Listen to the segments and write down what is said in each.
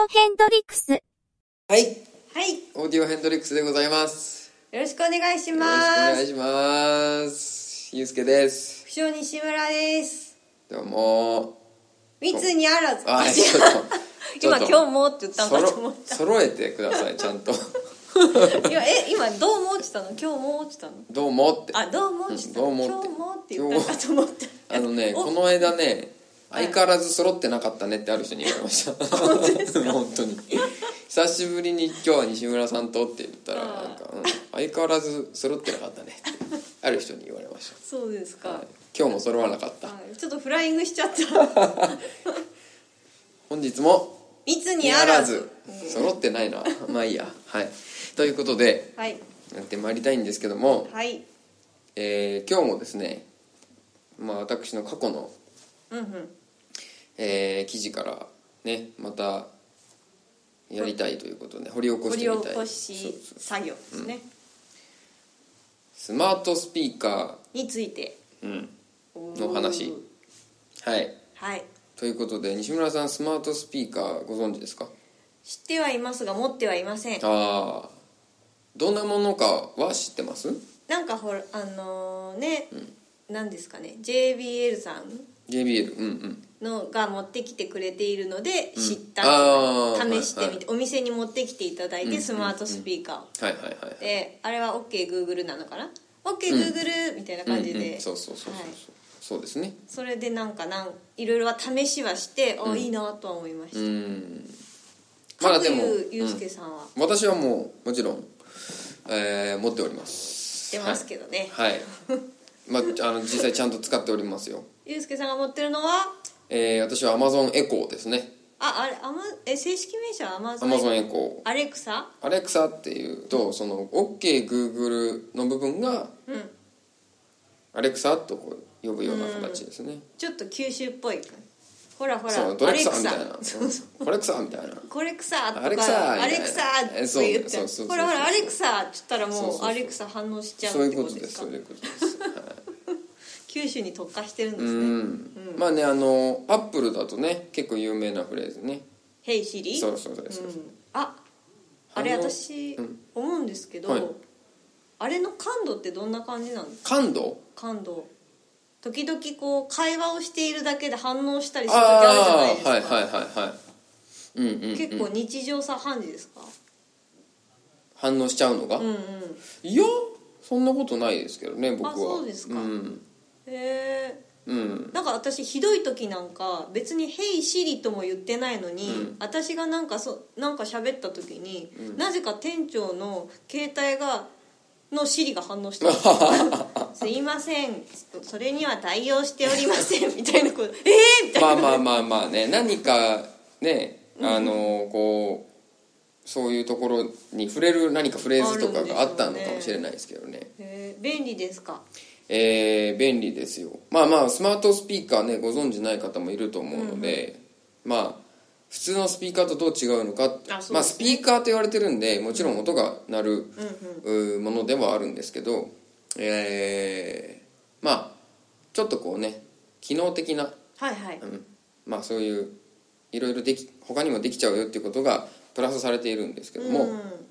オヘンドリックス。 はいはい。 オーディオヘンドリックスでございます。 よろしくお願いします。 よろしくお願いします。ゆうすけです。 不詳西村です。 どうも。 密にあらず。 ちょっと今今日もって言ったのかと思った。 揃えてください、ちゃんと。 今どうもって言ったの？今日もって言ったの？ どうもって。 どうもって言ったの？ どうもって今日もって言ったのかと思った。 この間ね、相変わらず揃ってなかったねってある人に言われました。 本当ですか？ 本当に。久しぶりに今日は西村さんとって言ったら相変わらず揃ってなかったねってある人に言われました。 そうですか、 はい、今日も揃わなかった、 ちょっとフライングしちゃった本日も密にあらず、 揃ってないなまあいいや。はい、ということで、 はい、 やってまいりたいんですけども、 はい、 今日もですね、私の過去の、記事からねまたやりたいということで掘り起こしてみたい。 掘り起こし作業ですね、 スマートスピーカーについて、 の話。はい、 はい、 ということで西村さん、スマートスピーカーご存知ですか？ 知ってはいますが持ってはいません。 どんなものかは知ってます？ なんか何ですかね、 JBL さん JBL のが持ってきてくれているので知った、試してみて、お店に持ってきていただいて、スマートスピーカーを、であれは OKGoogle なのかな、 OKGoogle みたいな感じで、 そうですね。 それでいろいろは試しはして、いいなとは思いました。 まだでもゆうすけさんは、 私はもちろん、持っております。 出ますけどね。 はい、実際ちゃんと使っておりますよ。 ゆうすけさんが持ってるのは、 私は Amazon エコーですね。 正式名称は Amazon エコー。 アレクサっていうと、その OKGoogle の部分が、アレクサとこう呼ぶような形ですね。 ちょっと九州っぽい。ほらそう、ドレクサみたいな、コレクサみたいな、 コレクサとかアレクサって言って、ほらアレクサって言ったらもうアレクサ反応しちゃうってことですか？ そういうことです。 九州に特化してるんですね。 アップルだとね結構有名なフレーズね。 ヘイシリ？ そう。 あれ私思うんですけど、あれの感度ってどんな感じなんですか？感度時々こう会話をしているだけで反応したりする時あるじゃないですか。結構日常茶飯事ですか？ 反応しちゃうのが？いやそんなことないですけどね、僕は。 そうですか。なんか私ひどい時なんか別に「ヘイシリ」とも言ってないのに、私がなんか喋った時に、なぜか店長の携帯のシリが反応してすいません、それには対応しておりませんみたいなことみたいな。 まあね、何かねこうそういうところに触れる何かフレーズとかがあったのかもしれないですけどね。 便利ですか？ 便利ですよ。スマートスピーカーねご存じない方もいると思うので、普通のスピーカーとどう違うのか、スピーカーと言われてるんでもちろん音が鳴るものではあるんですけど、ちょっとこうね機能的な、そういういろいろ他にもできちゃうよっていうことがプラスされているんですけども、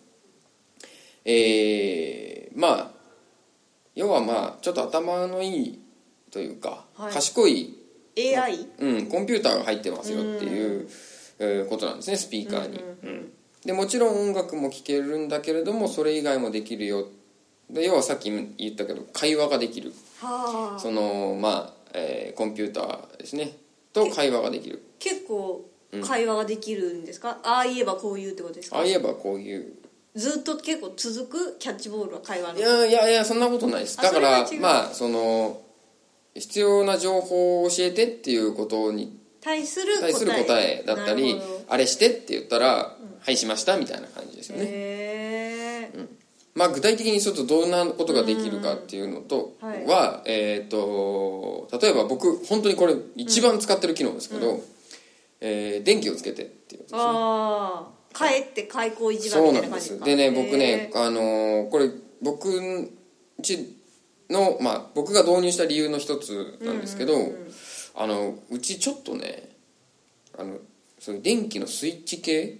要はちょっと頭のいいというか、賢い AI？ コンピューターが入ってますよっていうことなんですね、スピーカーに。でもちろん音楽も聴けるんだけれどもそれ以外もできるよ。で要はさっき言ったけど会話ができる、そのコンピューターですねと会話ができる。 結構会話ができるんですか？ああ言えばこう言うってことですか？ ああ言えばこう言う。 ずっと結構続くキャッチボールは会話の。 いやそんなことないです。だからその必要な情報を教えてっていうことに対する答えだったり、あれしてって言ったら、はいしましたみたいな感じですよね。具体的にちょっとどんなことができるかっていうのとは、例えば僕本当にこれ一番使ってる機能ですけど、電気をつけてっていうやつですね。 帰って開口一番みたいな感じですか？ そうなんです。でね、僕ねこれ僕んちの僕が導入した理由の一つなんですけど、うちちょっとねそういう電気のスイッチ系、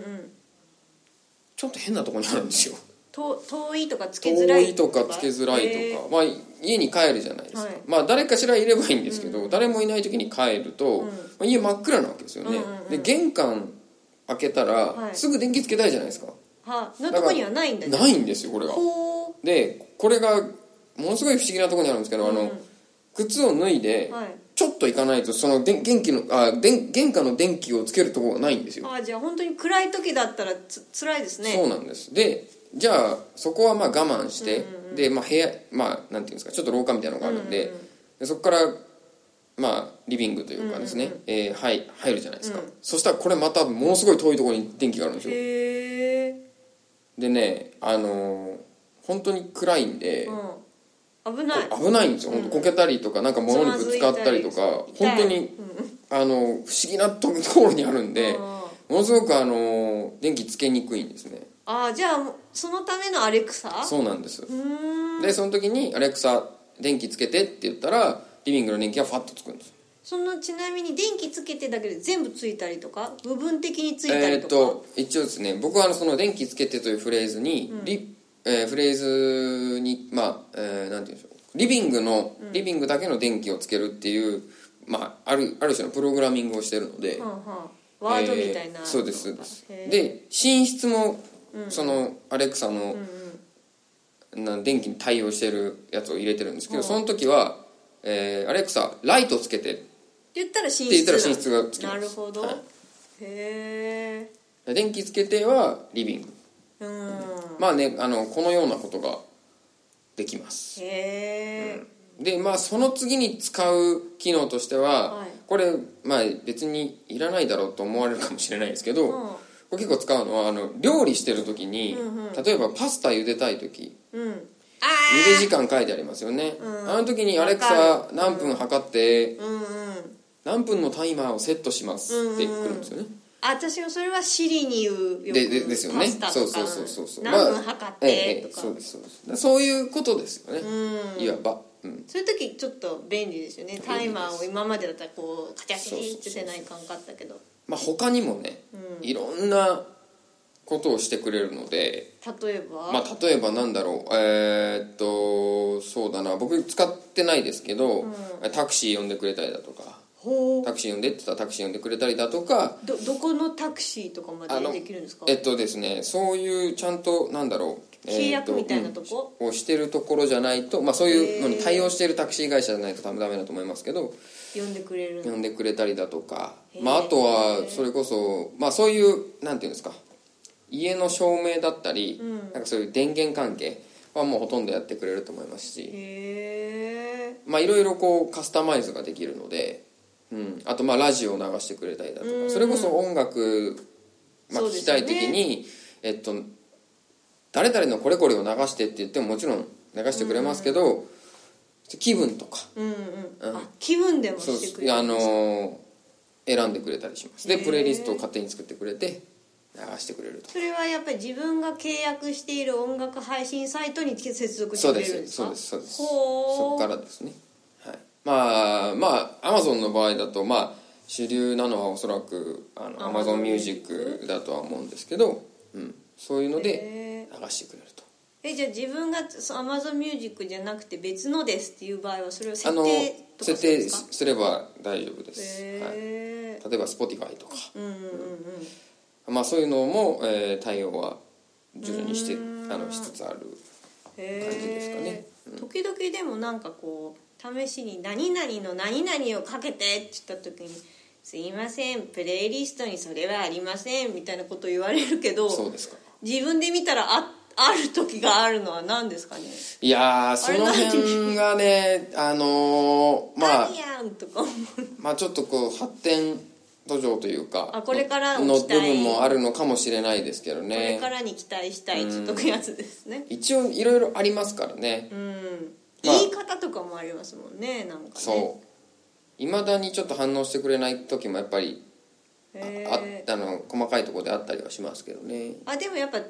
ちょっと変なところにあるんですよ。 遠いとかつけづらいとか。 遠いとかつけづらいとか、まあ、家に帰るじゃないですか、はい、まあ誰かしらいればいいんですけど、誰もいない時に帰ると、まあ、家真っ暗なわけですよね、で玄関開けたら、すぐ電気つけたいじゃないですか。 のとこにはないんだね。 ないんですよこれが。でこれがものすごい不思議なところにあるんですけど、靴を脱いで、ちょっと行かないとその玄関の電気をつけるところがないんですよ。 じゃあ本当に暗い時だったら辛いですね。 そうなんです。でじゃあそこはまあ我慢して、で、まあ、部屋まあなんていうんですか、ちょっと廊下みたいなのがあるんで、でそこからまあリビングというかですね、入るじゃないですか、そしたらこれまたものすごい遠いところに電気があるんですよ。でね本当に暗いんで、危ないんですよ。本当こけたりとかなんか物にぶつかったりとか、本当に不思議なところにあるんで、ものすごく電気つけにくいんですね。 じゃあそのためのアレクサ？ そうなんです。でその時にアレクサ電気つけてって言ったらリビングの電気がファッとつくんです。 ちなみに電気つけてだけで全部ついたりとか部分的についたりとか、 一応ですね、僕はその電気つけてというフレーズに、フレーズにまあ、なんていうんでしょう、リビングだけの電気をつけるっていう、まあ、ある種のプログラミングをしてるので、 ワードみたいな、 そうですそうです。で寝室もそのアレクサの、電気に対応してるやつを入れてるんですけど、その時は、アレクサライトつけてって言ったら寝室がつきます。 なるほど、へえ。電気つけてはリビング、まあね、このようなことができます。でまあその次に使う機能としては、これまあ別にいらないだろうと思われるかもしれないですけど、これ結構使うのは料理してる時に、例えばパスタ茹でたい時、茹で時間書いてありますよね、あの時にアレクサ何分測って、何分のタイマーをセットしますってくるんですよね。 私もそれはシリに言うですよね。そう何分測ってとか、 そうですそういうことですよね、いわば。 そういう時ちょっと便利ですよね。タイマーを今までだったらこうカチャキってせないかんかったけど、 まあ他にもね、いろんなことをしてくれるので、 例えばなんだろう、そうだな、僕使ってないですけど、タクシー呼んでくれたりだとか、タクシー呼んでって言ったらタクシー呼んでくれたりだとか、 どこのタクシーとかまでできるんですか？ ですね、そういうちゃんとなんだろう、 契約みたいなとこ、 をしてるところじゃないと、まあそういうのに対応しているタクシー会社じゃないとダメだと思いますけど、 呼んでくれたりだとか、 まああとはそれこそまあそういうなんていうんですか、家の照明だったり、なんかそういう電源関係はもうほとんどやってくれると思いますし、まあいろいろこうカスタマイズができるので、あとまあラジオを流してくれたりだとか、それこそ音楽、まあ、聞きたい時に、誰々のこれこれを流してって言ってももちろん流してくれますけど、気分とか、 気分でもしてくれるんですか？ 選んでくれたりします。でプレイリストを勝手に作ってくれて流してくれると。 それはやっぱり自分が契約している音楽配信サイトに接続してくれるんですか？ そうですそこからですね、まあ Amazon の場合だとまあ主流なのはおそらくAmazon Music だとは思うんですけど、そういうので流してくれると。 じゃあ自分が Amazon Music じゃなくて別のですっていう場合はそれを設定とかするんですか？ すれば大丈夫です、例えば Spotify とか、まあそういうのも、対応は徐々にしつつある感じですかね。 時々でもなんかこう試しに何々の何々をかけてって言った時にすいませんプレイリストにそれはありませんみたいなことを言われるけど、 そうですか、 自分で見たらある時があるのは何ですかね。 いやその辺がねまあまあちょっとこう発展途上というかこれからの部分もあるのかもしれないですけどね。 これからに期待したいちょっとやつですね。 一応いろいろありますからね、 言い方とかもありますもんね。なんかね、 そういまだにちょっと反応してくれない時もやっぱり細かいところであったりはしますけどね。 でもやっぱ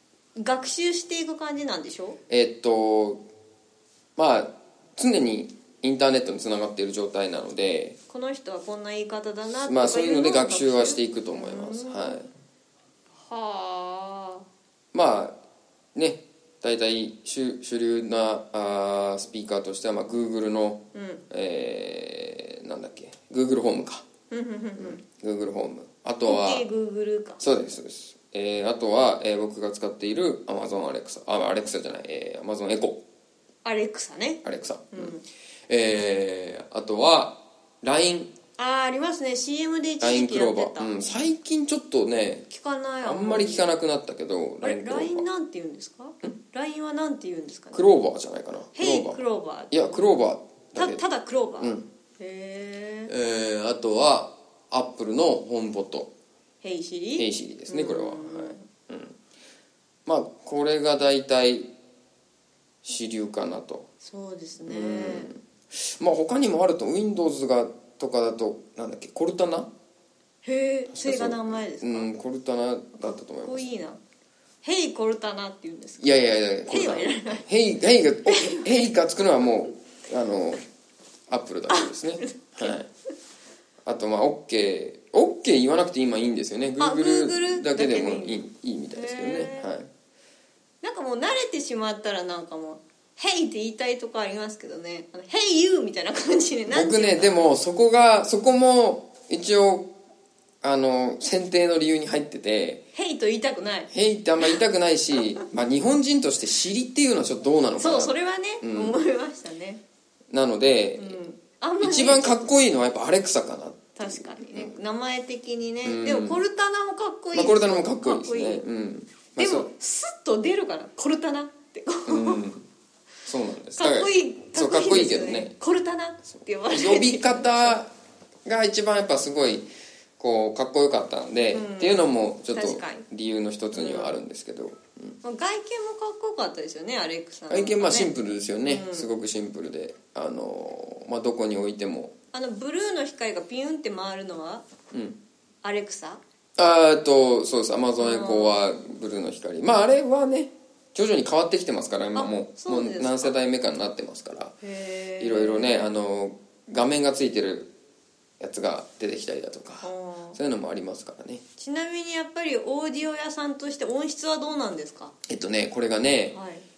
学習していく感じなんでしょ？ まあ常にインターネットにつながっている状態なので、 この人はこんな言い方だなとか、 まあそういうので学習はしていくと思います。はい。 はあ。 まあね、大体主流なスピーカーとしては、まあ、Google の、なんだっけ Google ホームかGoogle ホーム、あとは Google か、 そうですそうです、あとは、僕が使っている Amazon Alexa、Alexa じゃない、Amazon Echo、 Alexa ね、 Alexa、あとは LINE、 ありますね、 CM で一時期やってた。 最近ちょっとね聞かない、 あんまり聞かなくなったけど、 LINE なんて言うんですか？ LINE はなんて言うんですかね？ クローバーじゃないかな。 ヘイクローバー、 いやクローバーだけ、 ただクローバー、 へえ。あとはアップルのホームポット、 ヘイシリ、 ヘイシリですね、これは。はい、まあこれが大体主流かなと。 そうですね。 まあ他にもあると Windows とかだとなんだっけ、コルタナ。 へえ、それが名前ですか？ コルタナだったと思います。 かっこいいな。ヘイコルタナって言うんですか？ いやヘイはいらない。ヘイがつくのはもうアップルだけですね。はい。あとまあ OK 言わなくて今いいんですよね。 Google だけでもいいみたいですけどね。はい。 なんかもう慣れてしまったらなんかもうヘイって言いたいとこありますけどね、ヘイユーみたいな感じで、 僕ね、でもそこも一応選定の理由に入ってて、 ヘイと言いたくない、 ヘイってあんま言いたくないしまあ日本人として尻っていうのはちょっとどうなのかな。 そう、それはね、思いましたね。 なので、 あんまり一番かっこいいのはやっぱアレクサかな。 確かにね、名前的にね、でもコルタナもかっこいいですよ。 コルタナもかっこいいですね。 でもスッと出るからコルタナってそうなんです。 かっこいい、 そうかっこいいけどね、 コルタナって呼ばれて、 呼び方が一番やっぱすごいこうかっこよかったので、っていうのもちょっと理由の一つにはあるんですけど、 外見もかっこよかったですよね、アレクサの、 外見まあシンプルですよね、すごくシンプルで、まあどこに置いてもブルーの光がピュンって回るのは、アレクサ？ そうです。 Amazon エコーはブルーの光、まああれはね徐々に変わってきてますから、今もう何世代目かになってますから、いろいろね画面がついてるやつが出てきたりだとか、そういうのもありますからね。 ちなみにやっぱりオーディオ屋さんとして音質はどうなんですか？ これがね、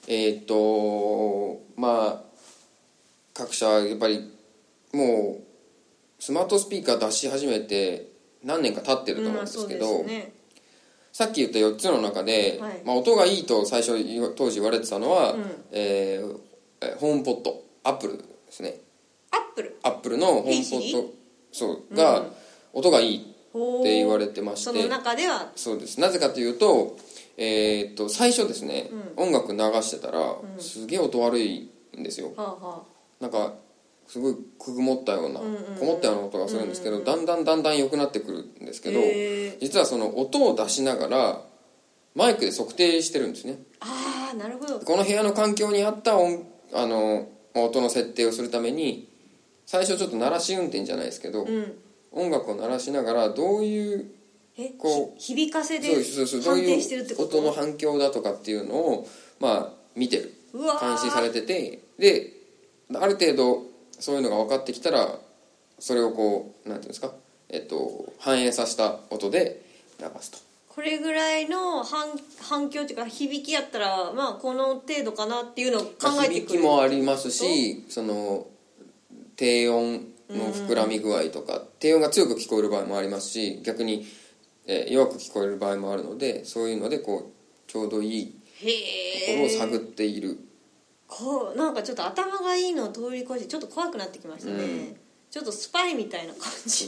まあ各社やっぱりもうスマートスピーカー出し始めて何年か経ってると思うんですけど、さっき言った4つの中で、まあ、音がいいと最初当時言われてたのは、ホームポット、アップルですね。アップルのホームポットが音がいいって言われてまして、 その中ではそうです。なぜかというと、最初ですね、音楽流してたら、すげえ音悪いんですよ。なんかすごいくぐもったような、こもったような音がするんですけど、だんだん良くなってくるんですけど、実はその音を出しながらマイクで測定してるんですね。 なるほど。 この部屋の環境に合った音の設定をするために最初ちょっと鳴らし運転じゃないですけど、音楽を鳴らしながらどういう響かせで判定してるってこと？ どういう音の反響だとかっていうのをまあ見てる、監視されてて、である程度そういうのが分かってきたらそれをこうなんていうんですか、反映させた音で流すと。 これぐらいの反響というか響きやったらまあこの程度かなっていうのを考えてくる。 響きもありますし、その低音の膨らみ具合とか、低音が強く聞こえる場合もありますし、逆に、弱く聞こえる場合もあるので、そういうのでこうちょうどいいところを探っている。 なんかちょっと頭がいいのを通り越してちょっと怖くなってきましたね、ちょっとスパイみたいな感じ。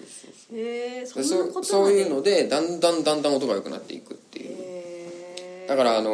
そういうのでだんだん音が良くなっていくっていう。だから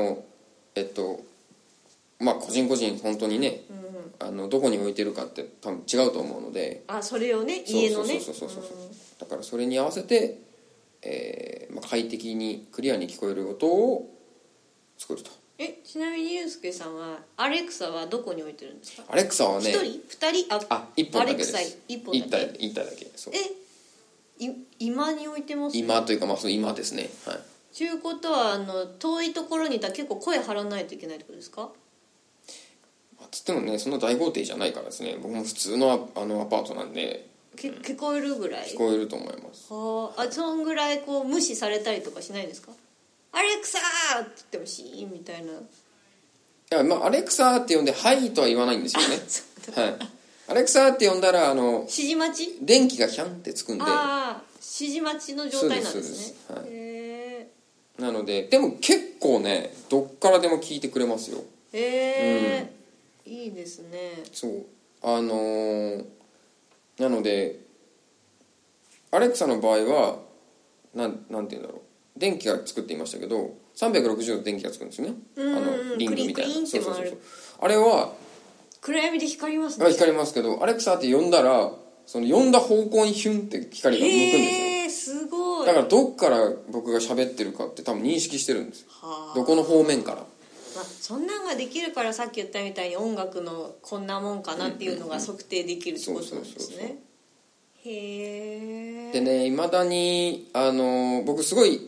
まあ個人本当にね、どこに置いてるかって多分違うと思うので、 それをね、家のね、 だからそれに合わせて、快適にクリアに聞こえる音を作ると。 ちなみにユースケさんはアレクサはどこに置いてるんですか？ アレクサはね、 1人？2人？ 1本だけです。 アレクサ1本だけ？ 1体だけ。そう。 今に置いてます？ 今というか今ですね。はい。 ちゅうことは遠いところにいたら結構声張らないといけないってことですか？ つってもねそんな大豪邸じゃないからですね。僕も普通のアパートなんで聞こえるぐらい？ 聞こえると思います。 そんぐらいこう無視されたりとかしないんですか？アレクサーって言ってもシーンみたいな。 いや、まあアレクサーって呼んではいとは言わないんですよね。はい。アレクサーって呼んだら指示待ち？ 電気がヒャンってつくんで。 指示待ちの状態なんですね。 そうです、へー。なのででも結構ねどっからでも聞いてくれますよ。 へえ、いいですね。 そうなのでアレクサの場合はなんて言うんだろう、電気がつくって言いましたけど360度電気がつくんですよね。リングみたいな。そうあれは暗闇で光りますね。 光りますけどアレクサって呼んだらその呼んだ方向にヒュンって光が向くんですよ。すごい。 だからどっから僕が喋ってるかって多分認識してるんですよ。どこの方面から。 そんなんができるからさっき言ったみたいに音楽のこんなもんかなっていうのが測定できるってことなんですね。へえ。 でね、いまだに僕すごい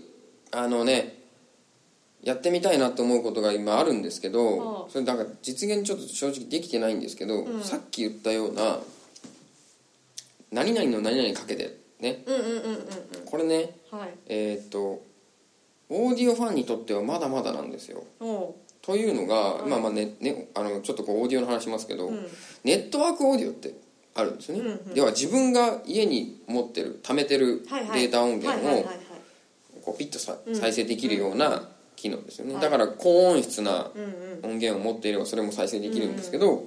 やってみたいなと思うことが今あるんですけど、それだから実現ちょっと正直できてないんですけど、さっき言ったような何々の何々かけてね、これね、 はい、 オーディオファンにとってはまだまだなんですよ。というのが、ちょっとこうオーディオの話しますけど、ネットワークオーディオってあるんですよね。では自分が家に持ってる貯めてるデータ音源をこうピッと再生できるような機能ですよね。だから高音質な音源を持っていればそれも再生できるんですけど、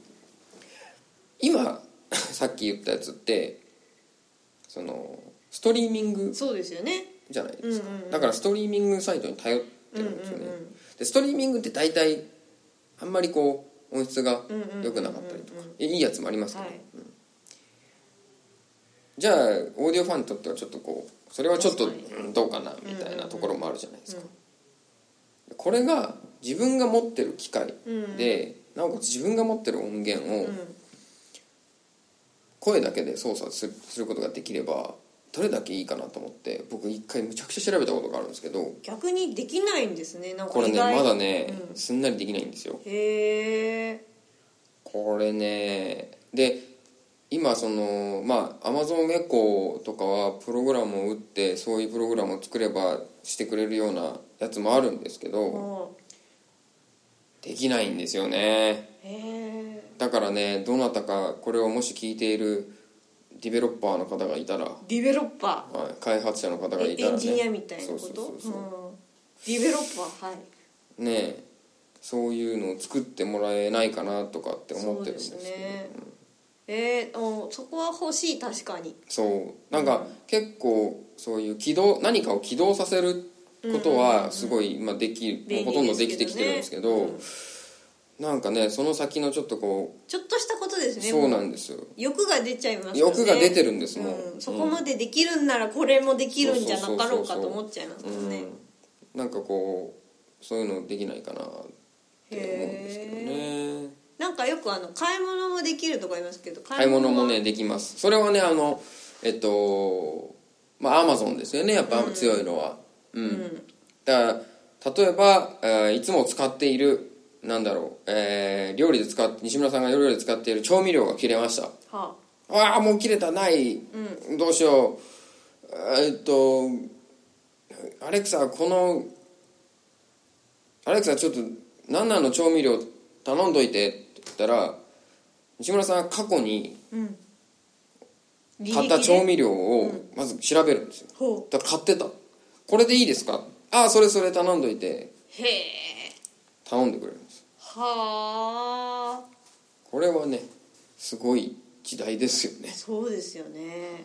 今さっき言ったやつってそのストリーミングじゃないですか。だからストリーミングサイトに頼ってるんですよね。でストリーミングって大体あんまりこう音質が良くなかったりとかいいやつもありますけど、じゃあオーディオファンにとってはちょっとこうそれはちょっとどうかなみたいなところもあるじゃないですか。これが自分が持ってる機械で、なおかつ自分が持ってる音源を声だけで操作することができればどれだけいいかなと思って僕一回むちゃくちゃ調べたことがあるんですけど、 逆にできないんですね。なんかこれねまだね、すんなりできないんですよ。 へえ。 これねで今そのAmazon Echo とかはプログラムを打ってそういうプログラムを作ればしてくれるようなやつもあるんですけどできないんですよね。だからねどなたかこれをもし聞いているディベロッパーの方がいたら、 ディベロッパー、 開発者の方がいたら、ね、 エンジニアみたいなこと。ディベロッパー、はいね、そういうのを作ってもらえないかなとかって思ってるんですけど、 そこは欲しい。確かにそうなんか、結構そういう何かを起動させることはすごい今ほとんどできてきてるんですけど、なんかねその先のちょっとちょっとしたことですね。 そうなんですよ。 欲が出ちゃいますよね。 欲が出てるんですもん、 そこまでできるんならこれもできるんじゃなかろうかと思っちゃいますもんね。 なんかこうそういうのできないかなって思うんですけどね。 なんかよく買い物もできるとか言いますけど、 買い物もねできます。それはねAmazon ですよねやっぱ強いのは。だから例えば、いつも使っている料理で西村さんが料理で使っている調味料が切れました。もう切れたない、どうしよう。アレクサちょっと何々の調味料頼んどいてって言ったら西村さんが過去に買った調味料をまず調べるんですよ。だから買ってたこれでいいですか、それ頼んどいて頼んでくれるんです。これはねすごい時代ですよね。 そうですよね。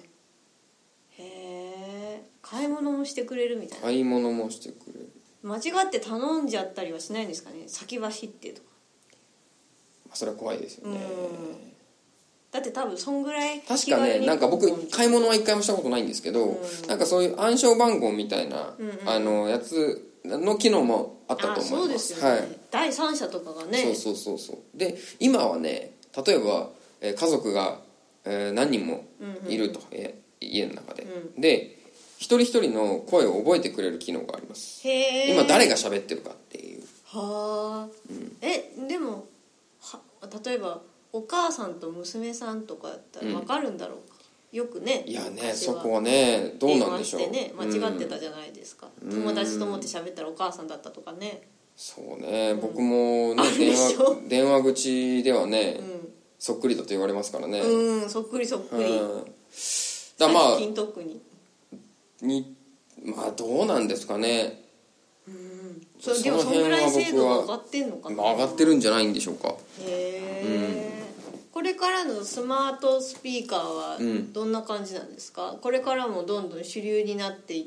買い物もしてくれるみたいな。 買い物もしてくれる。 間違って頼んじゃったりはしないんですかね。先走ってとか。 それは怖いですよね。 だって多分そんぐらい確かねなんか僕買い物は一回もしたことないんですけど、なんかそういう暗証番号みたいな、やつの機能もあったと思います。 そうですよね、第三者とかがね。 そうで今はね例えば、家族が、何人もいると、家の中で、で一人一人の声を覚えてくれる機能があります。今誰が喋ってるかっていう。 でも例えばお母さんと娘さんとかだったら分かるんだろうか、よくね、 いやね、そこはねどうなんでしょう。 電話してね間違ってたじゃないですか、友達と思って喋ったらお母さんだったとかね。そうね、僕もね、電話口ではね、そっくりだと言われますからね。 そっくりそっくり。 だまあ最近特にまあどうなんですかね。 その辺は僕は上がってんのかな。 上がってるんじゃないんでしょうか。 これからのスマートスピーカーはどんな感じなんですか。これからもどんどん主流になっていって、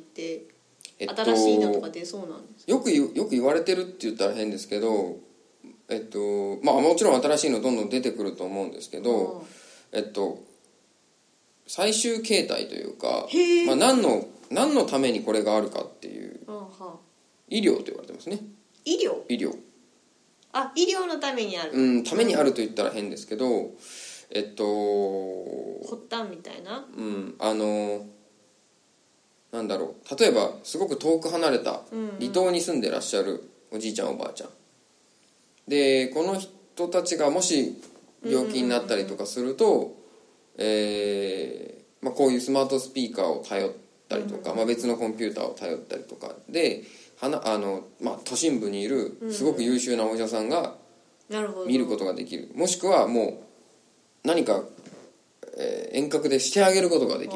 新しいのとか出そうなんですか。 よく言われてるって言ったら変ですけど、まあもちろん新しいのどんどん出てくると思うんですけど、最終形態というか、まあ、何のためにこれがあるかっていう医療と言われてますね。医療医療のためにある、 ためにあると言ったら変ですけど、 発端みたいな、 なんだろう、例えばすごく遠く離れた離島に住んでらっしゃるおじいちゃんおばあちゃんで、この人たちがもし病気になったりとかすると、まあ、こういうスマートスピーカーを頼ったりとか、まあ、別のコンピューターを頼ったりとかでまあ、都心部にいるすごく優秀なお医者さんが見ることができる、もしくはもう何か、遠隔でしてあげることができる。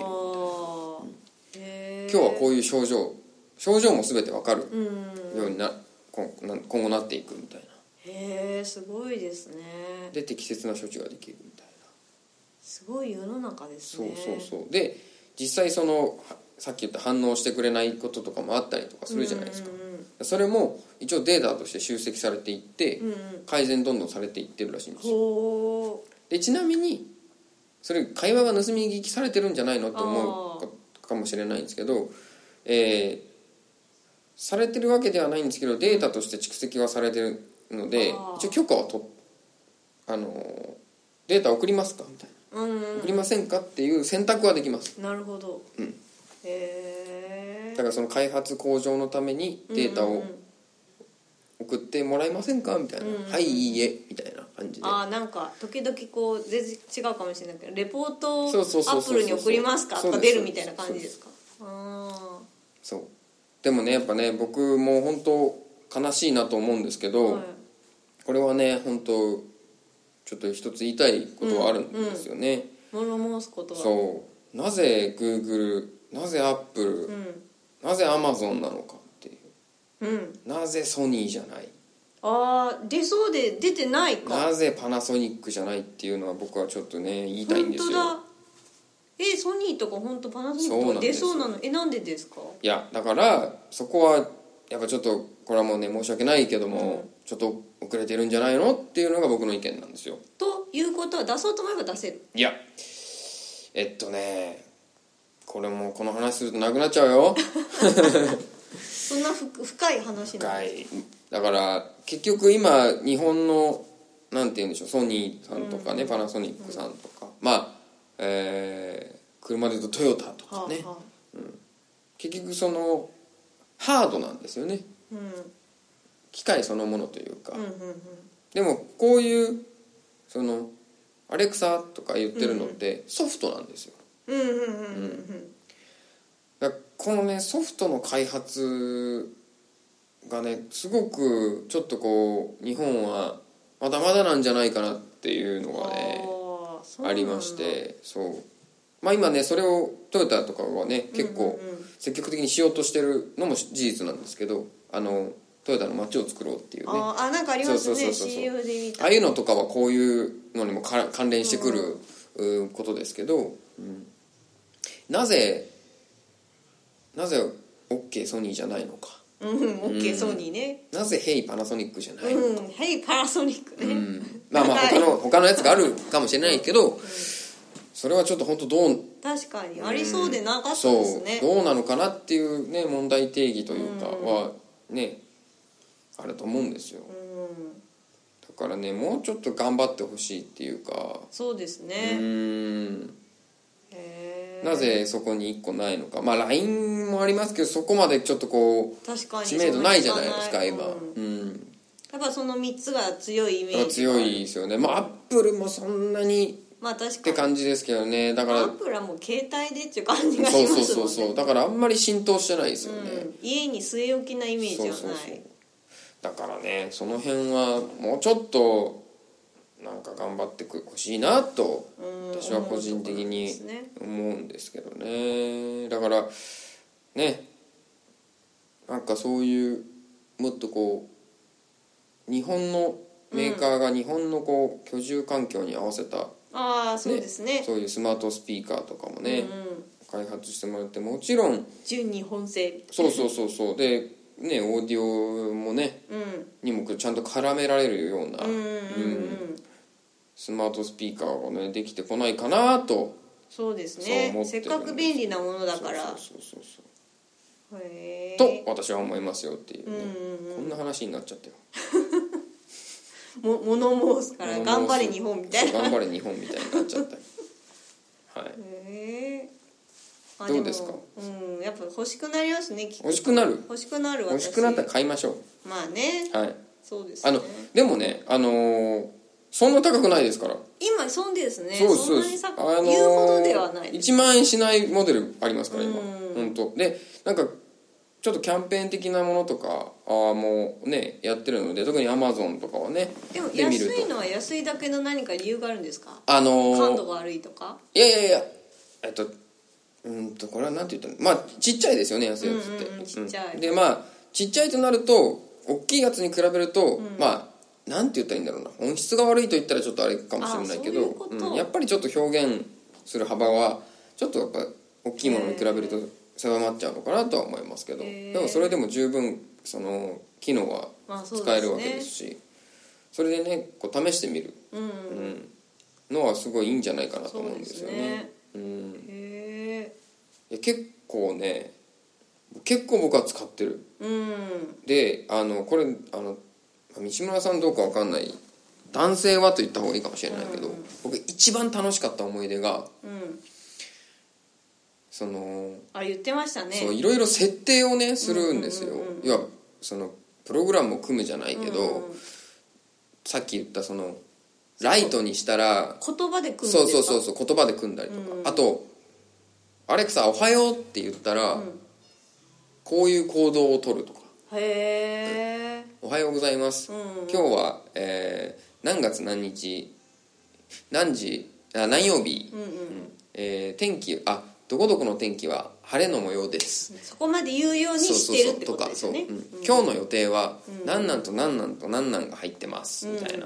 今日はこういう症状も全て分かるように今後なっていくみたいな。 へえ、すごいですね。 で適切な処置ができるみたいな。 すごい世の中ですね。 そうで実際そのさっき言った反応してくれないこととかもあったりとかするじゃないですか、それも一応データとして集積されていって、改善どんどんされていってるらしいんですよ。でちなみにそれ会話が盗み聞きされてるんじゃないのと思うかもしれないんですけど、されてるわけではないんですけどデータとして蓄積はされてるので、一応許可はデータ送りますかみたいな、送りませんかっていう選択はできます。 なるほど。 だからその開発向上のためにデータを送ってもらえませんかみたいな、はいいいえみたいな感じで、 なんか時々こう全然違うかもしれないけどレポートをアップルに送りますかとか出るみたいな感じですか。 そうでもねやっぱね僕も本当悲しいなと思うんですけど、これはね本当ちょっと一つ言いたいことはあるんですよね。 物申すことはそうなぜ Google なぜ Apple、なぜ Amazon なのかっていう、なぜソニーじゃない、 出そうで出てないか、 なぜパナソニックじゃないっていうのは僕はちょっとね言いたいんですよ。 本当だ。ソニーとか本当パナソニックが出そうなの。なんでですか。 いやだからそこはやっぱちょっとこれはもうね申し訳ないけども、ちょっと遅れてるんじゃないのっていうのが僕の意見なんですよ。 ということは出そうと思えば出せる。 いやこれもこの話するとなくなっちゃうよそんな深い話なんですか。 だから結局今日本のなんて言うんでしょう、ソニーさんとかね、パナソニックさんとか、まあ、車で言うとトヨタとかね、結局そのハードなんですよね、機械そのものというか、でもこういうそのアレクサとか言ってるのってソフトなんですよ。だからこのねソフトの開発がねすごくちょっとこう日本はまだまだなんじゃないかなっていうのがね ありまして、そうまあ今ねそれをトヨタとかはね結構積極的にしようとしてるのも事実なんですけど、トヨタの街を作ろうっていうね、 なんかありますね、CM で見た。 ああいうのとかはこういうのにも関連してくることですけど、なぜ OK ソニーじゃないのか、 OK ソニーね、 なぜヘイパナソニックじゃないのか、 ヘイパナソニックね、 まあ他のやつがあるかもしれないけど、それはちょっと本当確かにありそうでなかったですね、 どうなのかなっていうね問題定義というかはねあると思うんですよ。だからねもうちょっと頑張ってほしいっていうか。 そうですね。 なぜそこに1個ないのか、まあ LINE もありますけどそこまでちょっとこう知名度ないじゃないですか今。 やっぱその3つが強いイメージ強いですよね。まあアップルもそんなにまあ確かにって感じですけどね。だからアップルはもう携帯でっていう感じがしますもんね。 そうだからあんまり浸透してないですよね、 家に据え置きなイメージはない。 そうだからね、その辺はもうちょっとなんか頑張ってほしいなと私は個人的に思うんですけどね。だからね、なんかそういうもっとこう日本のメーカーが日本のこう居住環境に合わせた、 そうですね、 そういうスマートスピーカーとかもね、開発してもらって、もちろん純日本製そうでね、オーディオもね、にもちゃんと絡められるようなスマートスピーカーがねできてこないかなと。 そうですね、せっかく便利なものだからと私は思いますよっていう、ね、こんな話になっちゃったよ物申すから頑張れ日本みたいな頑張れ日本みたいになっちゃったはいどうですか。 やっぱ欲しくなりますね。 欲しくなる欲しくなる。 欲しくなったら買いましょう。 まあね、 はい、 そうですね。 でもねそんな高くないですから。 今そうですね。 そうそんなに言うほどではない。 1万円しないモデルありますから今。本当でなんかちょっとキャンペーン的なものとかもうねやってるので、特に Amazon とかはね。 でも安いのは安いだけの何か理由があるんですか。 感度が悪いとか。 いやこれはなんて言ったの、まあちっちゃいですよね、安いやつって、 ちっちゃい、 でまあちっちゃいとなると大きいやつに比べると、まあなんて言ったらいいんだろうな、音質が悪いと言ったらちょっとあれかもしれないけど、やっぱりちょっと表現する幅はちょっとやっぱ大きいものに比べると狭まっちゃうのかなとは思いますけど、でもそれでも十分その機能は使えるわけですし、それでねこう試してみる、のはすごいいいんじゃないかなと思うんですよね。結構僕は使ってる、でこれ西村さんどうか分かんない、男性はと言った方がいいかもしれないけど、僕一番楽しかった思い出が、 言ってましたね。 いろいろ設定をねするんですよ。要はそのプログラムを組むじゃないけど、さっき言ったそのライトにしたら言葉で組むんですか。 そう言葉で組んだりとか、あとアレクサおはようって言ったら、こういう行動を取るとか、おはようございます、今日は、何月何日何曜日、天気どこどこの天気は晴れの模様です、 そこまで言うようにしてるってことですよね。 今日の予定は何々と何々と何々が入ってますみたいな、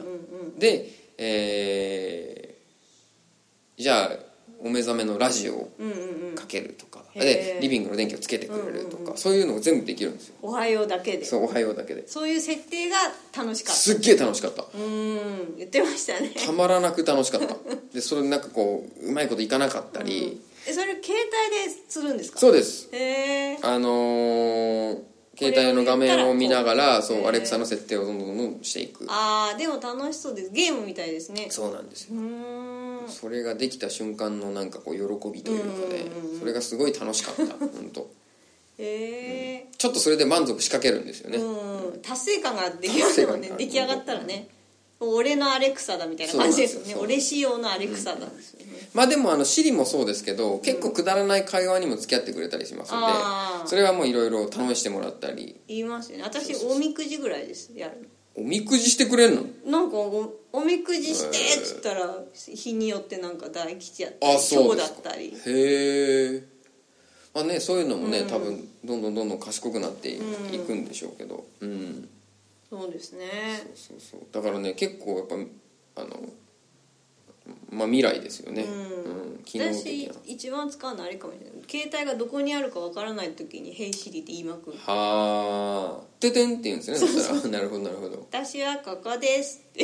で、じゃあお目覚めのラジオをかけるとか、でリビングの電気をつけてくれるとか、そういうのが全部できるんですよ。 おはようだけで。 そう、おはようだけで。 そういう設定が楽しかった。 すっげえ楽しかった。 言ってましたね。 たまらなく楽しかった。でそれなんかこううまいこといかなかったり、 それ携帯でするんですか。 そうです。 へ携帯の画面を見ながらアレクサの設定をどんどんしていく。 でも楽しそうです。ゲームみたいですね。 そうなんですよ。それができた瞬間のなんかこう喜びというかね、それがすごい楽しかった本当。ちょっとそれで満足しかけるんですよね。 達成感ができますよね。出来上がったらね、俺のアレクサだみたいな感じですよね。俺仕様のアレクサなんですよね。 まあでもSiriもそうですけど、結構くだらない会話にも付き合ってくれたりしますので、それはもういろいろ試してもらったり。 言いますよね。私おみくじぐらいですやるの。 おみくじしてくれんの？ なんかおみくじしてっつったら日によってなんか大吉やったり今日だったり。 へえ。まあね、そういうのもね、多分どんどん賢くなっていくんでしょうけど、 そうですね。 そうだからね、結構やっぱまあ未来ですよね。機能的な。 私一番使うのあれかもしれない。携帯がどこにあるかわからない時に「ヘイシリ」って言いまくる。 はあ。ててんって言うんですね。そしたらなるほどなるほど。 私はここですって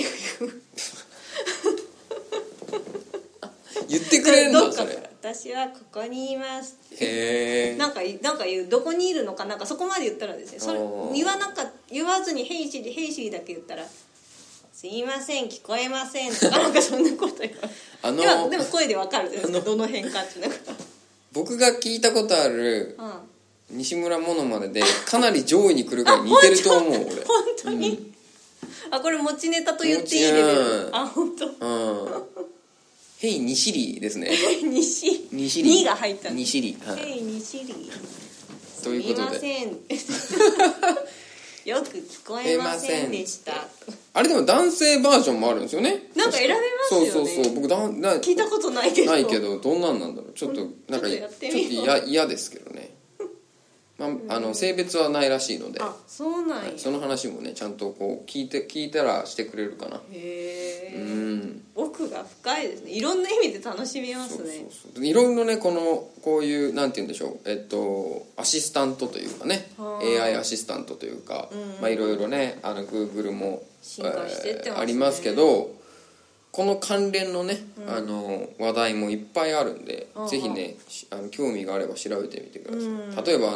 言ってくれるのそれ。 私はここにいますって。 へえ。 なんか言う、どこにいるのかなんかそこまで言ったらですね、それ言わずにヘイシリだけ言ったら。すいません聞こえませんとかなんかそんなこと言わでも声でわかるじゃないですか、どの辺かっていうのが。 僕が聞いたことある西村モノマネでかなり上位に来るから似てると思う俺。 本当に、 あ、これ持ちネタと言っていいレベル。あ、本当。 ヘイ2シリですね。 2シリ2が入った 2シリ、 ヘイ2シリということで、 すみませんよく聞こえませんでした。 あれでも男性バージョンもあるんですよね。 なんか選べますよね。 そう僕聞いたことないけどどんなんなんだろう。ちょっとなんかちょっと嫌ですけどね。性別はないらしいので。 あ、そうなんや。 その話もねちゃんとこう聞いたらしてくれるかな。 へえ。奥が深いですね。いろんな意味で楽しめますね。 そういろいろねこういうなんて言うんでしょう、アシスタントというかね、AI アシスタントというか、まあいろいろねGoogle も進化してってますね。 ありますけど、この関連のね、話題もいっぱいあるんで、ぜひね興味があれば調べてみてください。例えば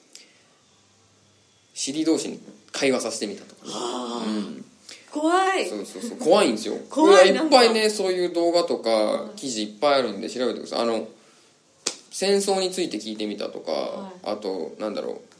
Siri同士に会話させてみたとか、 怖い。 そう怖いんですよ。 怖い。 いっぱいねそういう動画とか記事いっぱいあるんで調べてください。戦争について聞いてみたとか、あとなんだろ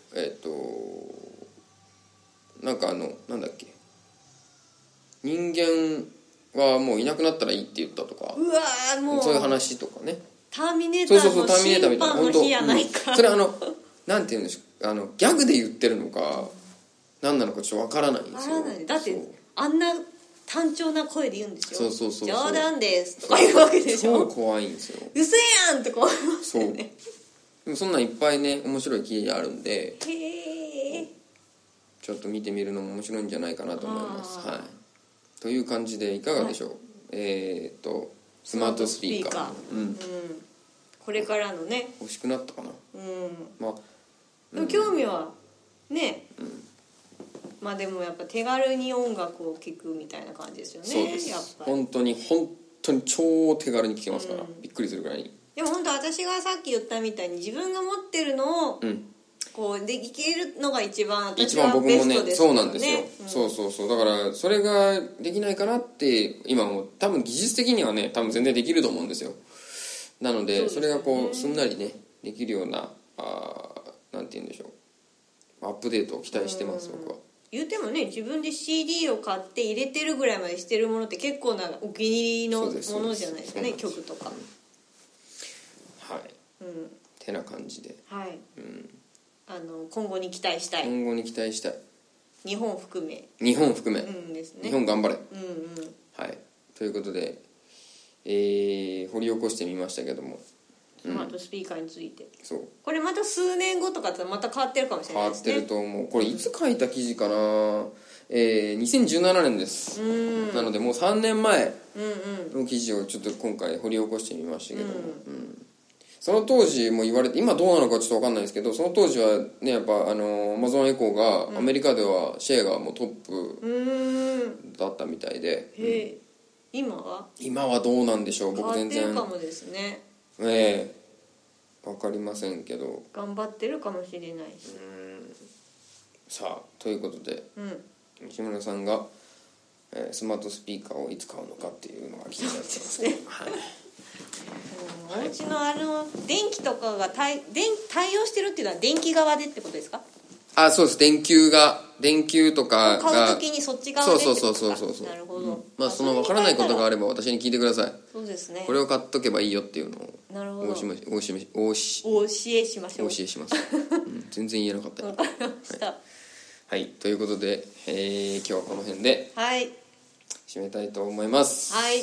うなんかなんだっけ、人間はもういなくなったらいいって言ったとか、 うわー、もうそういう話とかね。 ターミネーターの審判の日やないか。 それなんていうんですか、ギャグで言ってるのか何なのかちょっとわからないんですよ。 だってあんな単調な声で言うんですよ。 そう冗談ですとか言うわけでしょ。 超怖いんですよ。 嘘やんって思いますよね。 でもそんなんいっぱいね面白い記事あるんで、 へえ、 ちょっと見てみるのも面白いんじゃないかなと思います。はい。という感じでいかがでしょう。スマートスピーカー、 これからのね欲しくなったかな。まあでも興味はね、まあでもやっぱ手軽に音楽を聴くみたいな感じですよね。 そうです。 やっぱり本当に超手軽に聴けますから、びっくりするぐらいに。 でも本当私がさっき言ったみたいに自分が持ってるのを、こうできるのが一番私はベストですよね。 そうなんですよ、そうだからそれができないかなって今も多分技術的にはね多分全然できると思うんですよ。なのでそれがこうすんなりねできるようななんて言うんでしょう、アップデートを期待してます、僕は。 言うてもね自分で CD を買って入れてるぐらいまでしてるものって結構なお気に入りのものじゃないですかね、曲とか。 はい、てな感じで、 はい、今後に期待したい。日本含め、ですね、 日本頑張れ、はい、ということで、掘り起こしてみましたけども、 スマートスピーカーについて、 そうこれまた数年後とかってまた変わってるかもしれないですね。 変わってると思う。これいつ書いた記事かな、2017年です。なのでもう3年前の記事をちょっと今回掘り起こしてみましたけども、その当時も言われて、今どうなのかちょっと分かんないですけど、その当時はねやっぱAmazon エコーがアメリカではシェアがもうトップだったみたいで、 今はどうなんでしょう。僕全然変わってるかもですね。 分かりませんけど頑張ってるかもしれないし。 さあということで、西村さんが、スマートスピーカーをいつ買うのかっていうのが気になってますね。 お家の電気とかが対応してるっていうのは電気側でってことですか？ そうです。電球とかが買うときにそっち側でってことか。 そうなるほど。 まあその分からないことがあれば私に聞いてください。 そうですね。 これを買っとけばいいよっていうのをお教えしましょう。全然言えなかった。 わかりました。 はい、ということで、今日はこの辺で締めたいと思います。 はい。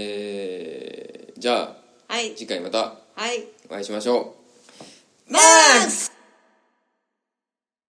じゃあ、次回またお会いしましょう。 バイ。